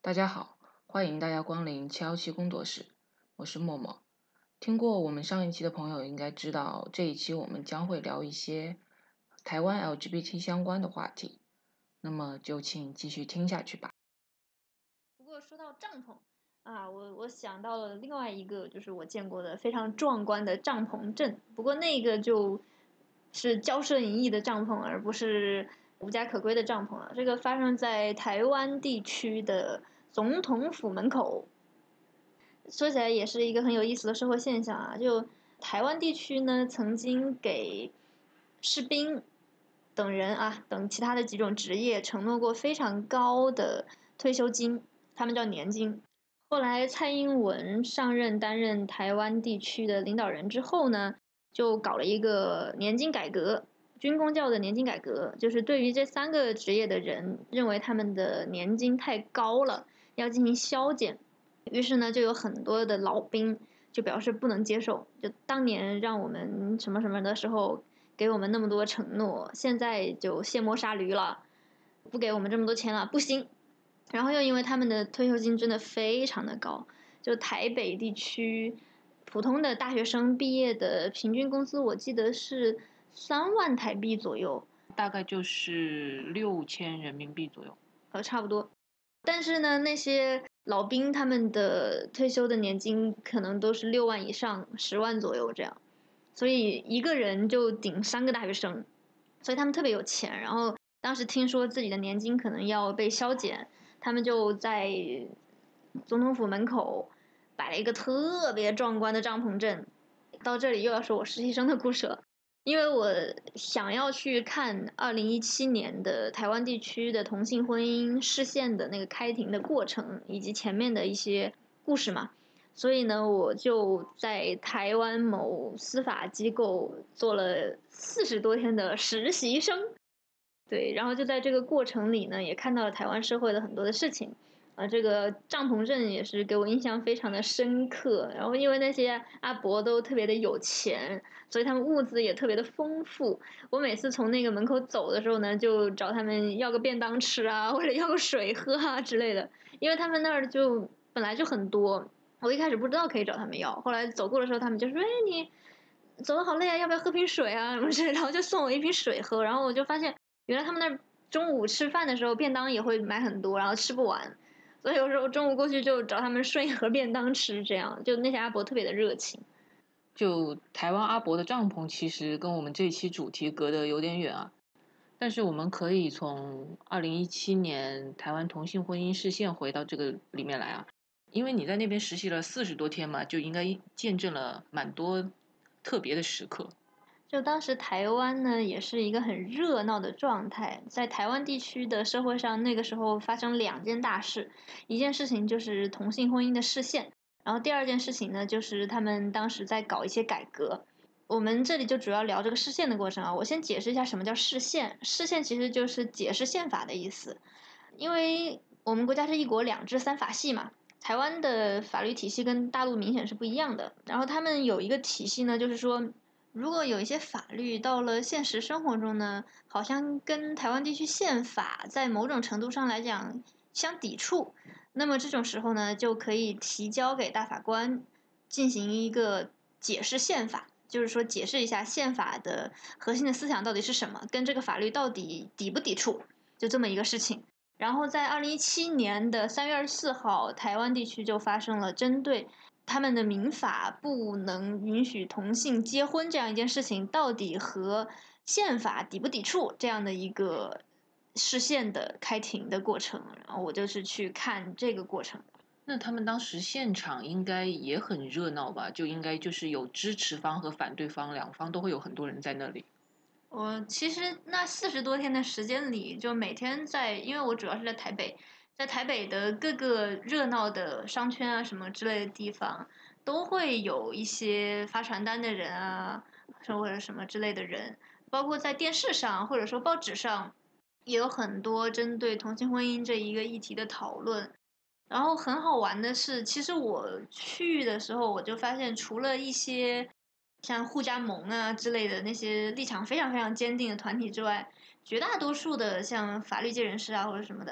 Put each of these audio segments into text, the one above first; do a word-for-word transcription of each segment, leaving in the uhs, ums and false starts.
大家好，欢迎大家光临七一七工作室，我是默默。听过我们上一期的朋友应该知道，这一期我们将会聊一些台湾 L G B T 相关的话题，那么就请继续听下去吧。 不过说到帐篷啊，我我想到了另外一个，就是我见过的非常壮观的帐篷阵。不过那个就是骄奢淫逸的帐篷，而不是无家可归的帐篷了。这个发生在台湾地区的总统府门口。说起来也是一个很有意思的社会现象啊，就台湾地区呢，曾经给士兵等人啊，等其他的几种职业承诺过非常高的退休金，他们叫年金。后来蔡英文上任担任台湾地区的领导人之后呢，就搞了一个年金改革，军公教的年金改革，就是对于这三个职业的人，认为他们的年金太高了，要进行削减。于是呢，就有很多的老兵就表示不能接受，就当年让我们什么什么的时候给我们那么多承诺，现在就卸磨杀驴了，不给我们这么多钱了，不行。然后又因为他们的退休金真的非常的高，就台北地区普通的大学生毕业的平均工资，我记得是三万台币左右， 大概就是六千人民币左右， 呃，差不多。但是呢，那些老兵他们的退休的年金可能都是六万以上，十万左右这样，所以一个人就顶三个大学生，所以他们特别有钱。然后当时听说自己的年金可能要被削减，他们就在总统府门口摆了一个特别壮观的帐篷阵。到这里又要说我实习生的故事了。因为我想要去看二零一七年的台湾地区的同性婚姻释宪的那个开庭的过程，以及前面的一些故事嘛，所以呢，我就在台湾某司法机构做了四十多天的实习生。对，然后就在这个过程里呢，也看到了台湾社会的很多的事情。啊，这个帐篷阵也是给我印象非常的深刻。然后因为那些阿伯都特别的有钱，所以他们物资也特别的丰富。我每次从那个门口走的时候呢，就找他们要个便当吃啊，或者要个水喝啊之类的。因为他们那儿就本来就很多，我一开始不知道可以找他们要，后来走过的时候，他们就说：“哎，你走的好累啊，要不要喝瓶水啊？”什么之类的，然后就送我一瓶水喝。然后我就发现，原来他们那儿中午吃饭的时候，便当也会买很多，然后吃不完。所以有时候中午过去就找他们顺一盒便当吃，这样就那些阿伯特别的热情。 就台湾阿伯的帐篷其实跟我们这期主题隔得有点远啊，但是我们可以从二零一七年台湾同性婚姻释宪回到这个里面来啊，因为你在那边实习了四十多天嘛，就应该见证了蛮多特别的时刻。 就当时台湾呢，也是一个很热闹的状态。在台湾地区的社会上，那个时候发生两件大事，一件事情就是同性婚姻的释宪，然后第二件事情呢，就是他们当时在搞一些改革。我们这里就主要聊这个释宪的过程啊。我先解释一下什么叫释宪。释宪其实就是解释宪法的意思，因为我们国家是一国两制三法系嘛。台湾的法律体系跟大陆明显是不一样的，然后他们有一个体系呢，就是说如果有一些法律到了现实生活中呢，好像跟台湾地区宪法在某种程度上来讲相抵触，那么这种时候呢，就可以提交给大法官进行一个解释宪法，就是说解释一下宪法的核心的思想到底是什么，跟这个法律到底抵不抵触，就这么一个事情。然后在二零一七年的三月二十四号，台湾地区就发生了针对他们的民法不能允许同性结婚这样一件事情，到底和宪法抵不抵触这样的一个释宪的开庭的过程。然后我就是去看这个过程。 那他们当时现场应该也很热闹吧？就应该就是有支持方和反对方，两方都会有很多人在那里。 我其实那四十多天的时间里，就每天在，因为我主要是在台北，在台北的各个热闹的商圈啊什么之类的地方，都会有一些发传单的人啊，或者什么之类的人，包括在电视上或者说报纸上，也有很多针对同性婚姻这一个议题的讨论。然后很好玩的是，其实我去的时候，我就发现，除了一些像互加盟啊之类的那些立场非常非常坚定的团体之外，绝大多数的像法律界人士啊或者什么的，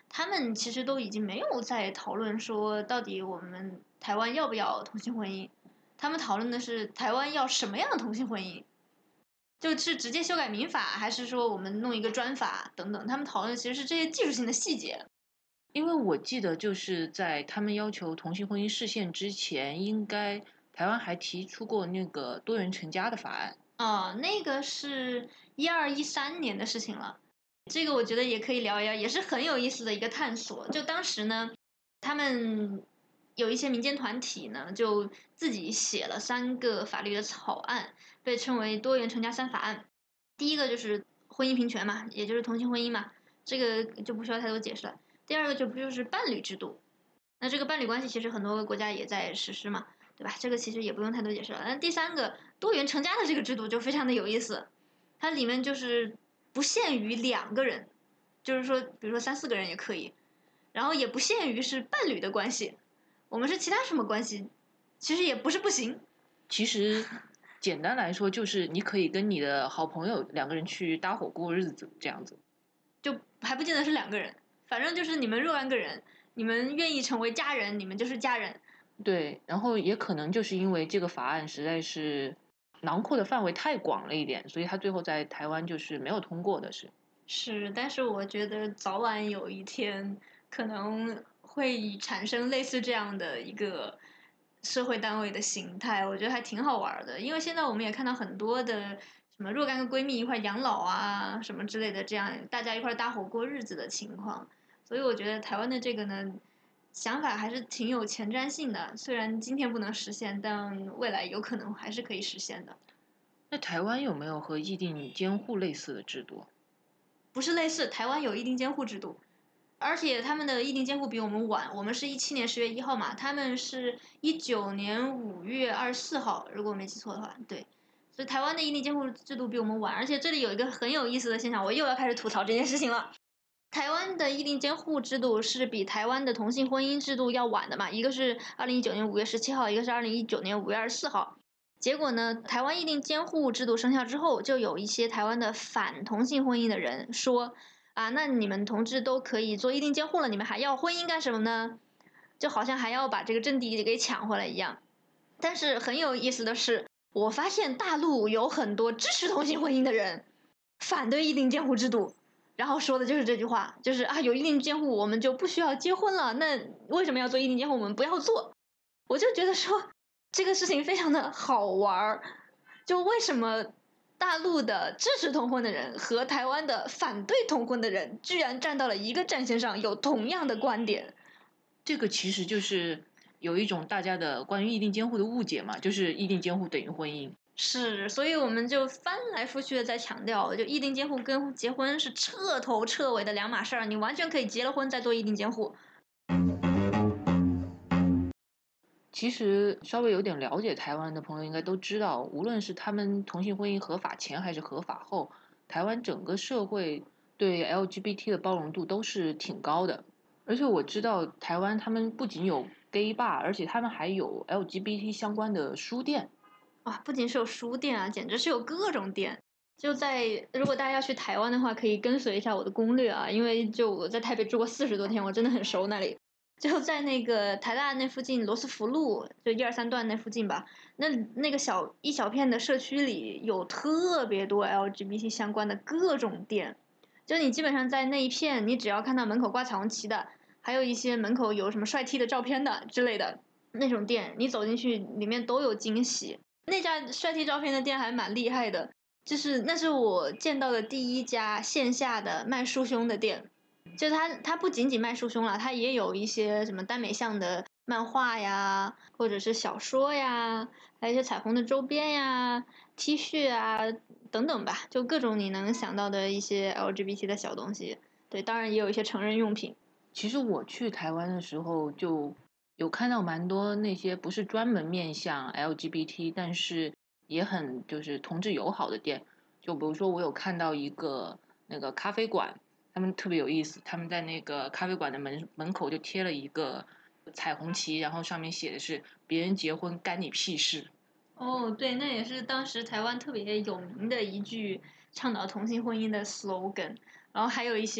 他们其实都已经没有在讨论说到底我们台湾要不要同性婚姻，他们讨论的是台湾要什么样的同性婚姻，就是直接修改民法，还是说我们弄一个专法等等，他们讨论的其实是这些技术性的细节。 因为我记得就是在他们要求同性婚姻释宪之前，应该台湾还提出过那个多元成家的法案。 啊、那个是一二一三年的事情了。这个我觉得也可以聊一聊，也是很有意思的一个探索。就当时呢，他们有一些民间团体呢，就自己写了三个法律的草案，被称为多元成家三法案。第一个就是婚姻平权嘛，也就是同性婚姻嘛，这个就不需要太多解释了。第二个就不就是伴侣制度，那这个伴侣关系其实很多个国家也在实施嘛，对吧？这个其实也不用太多解释了。那第三个多元成家的这个制度就非常的有意思，它里面就是不限于两个人，就是说比如说三四个人也可以，然后也不限于是伴侣的关系，我们是其他什么关系，其实也不是不行。 其实简单来说，就是你可以跟你的好朋友两个人去搭伙过日子，这样子。 就还不见得是两个人，反正就是你们若干个人，你们愿意成为家人，你们就是家人。 对，然后也可能就是因为这个法案实在是囊括的范围太广了一点，所以它最后在台湾就是没有通过的是。 是，但是我觉得早晚有一天可能会产生类似这样的一个社会单位的形态，我觉得还挺好玩的。因为现在我们也看到很多的什么若干个闺蜜一块养老啊什么之类的，这样大家一块搭伙过日子的情况。所以我觉得台湾的这个呢，想法还是挺有前瞻性的。虽然今天不能实现，但未来有可能还是可以实现的。 那台湾有没有和异地监护类似的制度？ 不是类似，台湾有异定监护制度，而且他们的异定监护比我们晚，我们是一七年十月一号嘛，他们是一九年五月二十四号，如果我没记错的话，对，所以台湾的异定监护制度比我们晚，而且这里有一个很有意思的现象，我又要开始吐槽这件事情了。台湾的异定监护制度是比台湾的同性婚姻制度要晚的嘛，一个是二零一九年五月十七号，一个是二零一九年五月二十四号。结果呢，台湾异定监护制度生效之后，就有一些台湾的反同性婚姻的人说啊，那你们同志都可以做异定监护了，你们还要婚姻干什么呢？就好像还要把这个阵地给抢回来一样。但是很有意思的是，我发现大陆有很多支持同性婚姻的人，反对异定监护制度，然后说的就是这句话，就是啊，有异定监护我们就不需要结婚了，那为什么要做异定监护？我们不要做。我就觉得说这个事情非常的好玩儿，就为什么大陆的支持同婚的人和台湾的反对同婚的人居然站到了一个战线上，有同样的观点。 这个其实就是有一种大家的关于异定监护的误解嘛，就是异定监护等于婚姻。 是，所以我们就翻来覆去的在强调，就异定监护跟结婚是彻头彻尾的两码事儿，你完全可以结了婚再做异定监护。 其实稍微有点了解台湾的朋友应该都知道，无论是他们同性婚姻合法前还是合法后，台湾整个社会对 L G B T 的包容度都是挺高的。而且我知道台湾他们不仅有 gay bar，而且他们还有 L G B T 相关的书店。 哇，不仅是有书店啊，简直是有各种店。就在如果大家要去台湾的话，可以跟随一下我的攻略啊，因为就我在台北住过四十多天，我真的很熟那里。就在那个台大那附近罗斯福路，就一二三段那附近吧。那那个小一小片的社区里有特别多 L G B T 相关的各种店，就你基本上在那一片，你只要看到门口挂彩虹旗的，还有一些门口有什么帅 T 的照片的之类的那种店，你走进去里面都有惊喜。那家帅 T 照片的店还蛮厉害的，就是那是我见到的第一家线下的卖束胸的店。就它它不仅仅卖束胸了，它也有一些什么耽美向的漫画呀，或者是小说呀，还有一些彩虹的周边呀、T 恤啊等等吧，就各种你能想到的一些 L G B T 的小东西。对，当然也有一些成人用品。 其实我去台湾的时候，就有看到蛮多那些不是专门面向 L G B T，但是也很就是同志友好的店。就比如说，我有看到一个那个咖啡馆，他们特别有意思，他们在那个咖啡馆的门门口就贴了一个彩虹旗，然后上面写的是“别人结婚干你屁事”。 哦，对，那也是当时台湾特别有名的一句倡导同性婚姻的 slogan。然后还有一些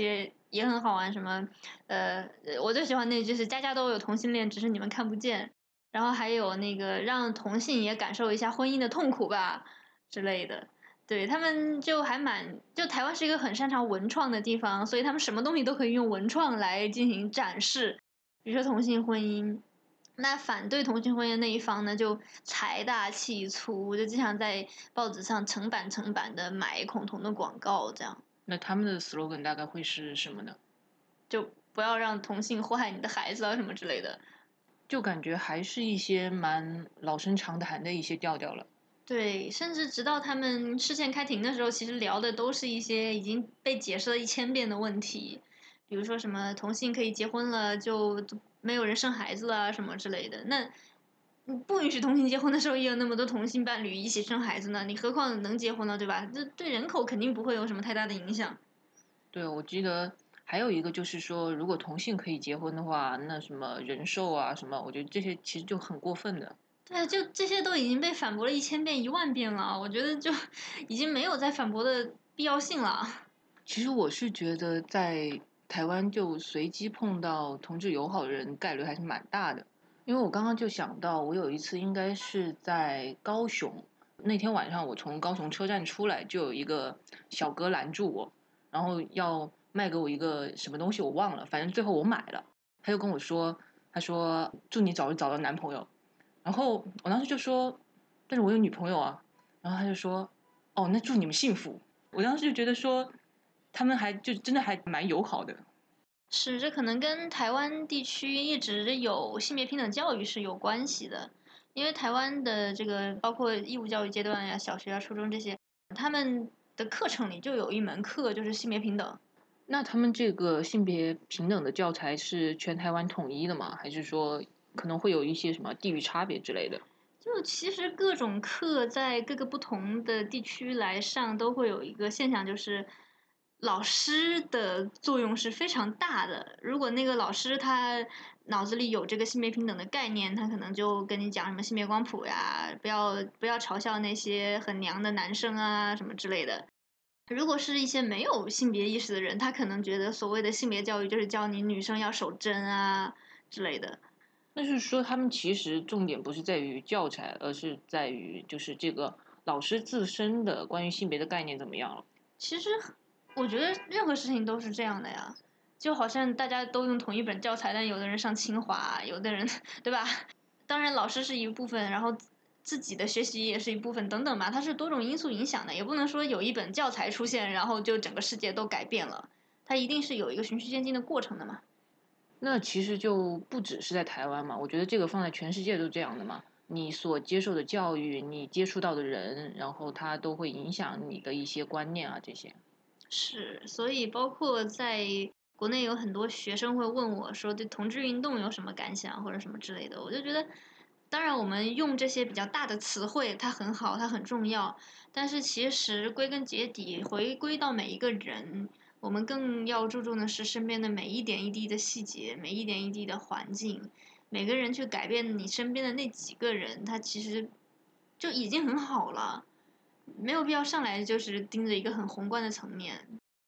也很好玩，什么呃，我最喜欢那句是家家都有同性恋，只是你们看不见。然后还有那个让同性也感受一下婚姻的痛苦吧之类的。对，他们就还蛮，就台湾是一个很擅长文创的地方，所以他们什么东西都可以用文创来进行展示，比如说同性婚姻。那反对同性婚姻的那一方呢，就财大气粗，就经常在报纸上成版成版的买恐同的广告，这样。 那他们的 slogan 大概会是什么呢？ 就不要让同性祸害你的孩子啊什么之类的。 就感觉还是一些蛮老生常谈的一些调调了。 对，甚至直到他们事件开庭的时候，其实聊的都是一些已经被解释了一千遍的问题，比如说什么同性可以结婚了就没有人生孩子了什么之类的。那不允许同性结婚的时候，也有那么多同性伴侣一起生孩子呢，你何况能结婚了，对吧？这对人口肯定不会有什么太大的影响。 对，我记得还有一个就是说，如果同性可以结婚的话，那什么人寿啊什么，我觉得这些其实就很过分的。 对，就这些都已经被反驳了一千遍、一万遍了，我觉得就已经没有再反驳的必要性了。 其实我是觉得在台湾就随机碰到同志友好的人概率还是蛮大的，因为我刚刚就想到，我有一次应该是在高雄，那天晚上我从高雄车站出来，就有一个小哥拦住我，然后要卖给我一个什么东西，我忘了，反正最后我买了，他就跟我说，他说祝你早日找到男朋友，然后我当时就说，但是我有女朋友啊，然后他就说，哦，那祝你们幸福。我当时就觉得说，他们还就真的还蛮友好的。 是，这可能跟台湾地区一直有性别平等教育是有关系的，因为台湾的这个包括义务教育阶段呀、小学啊、初中这些，他们的课程里就有一门课就是性别平等。 那他们这个性别平等的教材是全台湾统一的吗？还是说可能会有一些什么地域差别之类的？ 就其实各种课在各个不同的地区来上，都会有一个现象，就是老师的作用是非常大的。如果那个老师他脑子里有这个性别平等的概念，他可能就跟你讲什么性别光谱呀，不要不要嘲笑那些很娘的男生啊什么之类的。如果是一些没有性别意识的人，他可能觉得所谓的性别教育就是教你女生要守贞啊之类的。 那是说他们其实重点不是在于教材，而是在于就是这个老师自身的关于性别的概念怎么样了？ 其实我觉得任何事情都是这样的呀，就好像大家都用同一本教材，但有的人上清华，有的人对吧？当然老师是一部分，然后自己的学习也是一部分，等等吧，它是多种因素影响的，也不能说有一本教材出现，然后就整个世界都改变了，它一定是有一个循序渐进的过程的嘛。 那其实就不只是在台湾嘛，我觉得这个放在全世界都这样的嘛。你所接受的教育，你接触到的人，然后他都会影响你的一些观念啊，这些。 是，所以包括在国内有很多学生会问我说，对同志运动有什么感想或者什么之类的，我就觉得，当然我们用这些比较大的词汇，它很好，它很重要，但是其实归根结底，回归到每一个人，我们更要注重的是身边的每一点一滴的细节，每一点一滴的环境，每个人去改变你身边的那几个人，他其实就已经很好了。没有必要上来就是盯着一个很宏观的层面。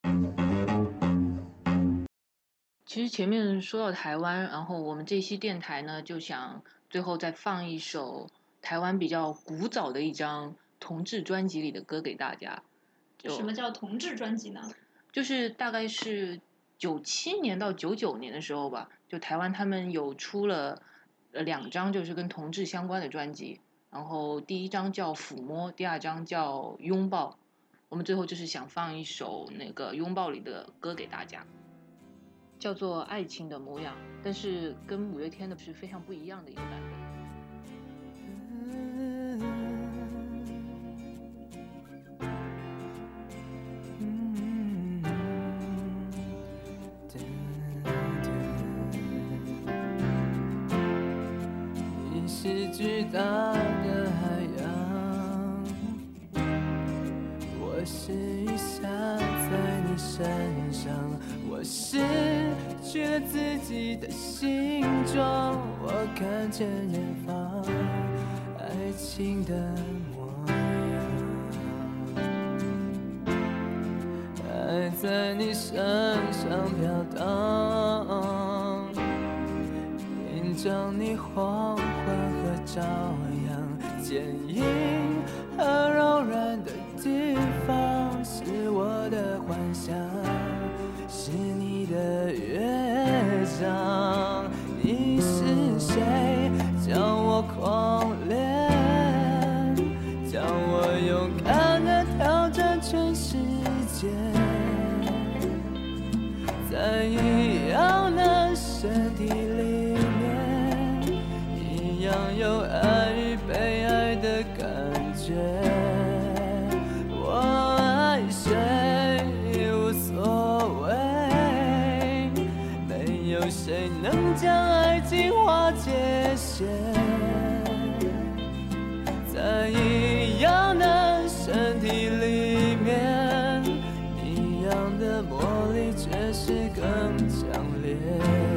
其实前面说到台湾，然后我们这期电台呢，就想最后再放一首台湾比较古早的一张同志专辑里的歌给大家。就什么叫同志专辑呢？ 就是大概是九七年到九九年的时候吧，就台湾他们有出了呃两张就是跟同志相关的专辑，然后第一张叫抚摸，第二张叫拥抱。我们最后就是想放一首那个拥抱里的歌给大家，叫做《爱情的模样》，但是跟五月天的是非常不一样的一个版本。 是巨大的海洋，我是雨下在你身上，我失去了自己的形状，我看见远方爱情的模样， 还在你身上飘荡，映照你黄昏和朝阳，坚硬和柔软的地方是我的幻想，是你的乐章。你是谁？叫我狂恋，叫我勇敢地挑战全世界，在一样的身体里面，一样有爱与被爱的感觉。我爱谁无所谓，没有谁能将爱情划界限，在一样的身体里面，一样的魔力却是更强烈。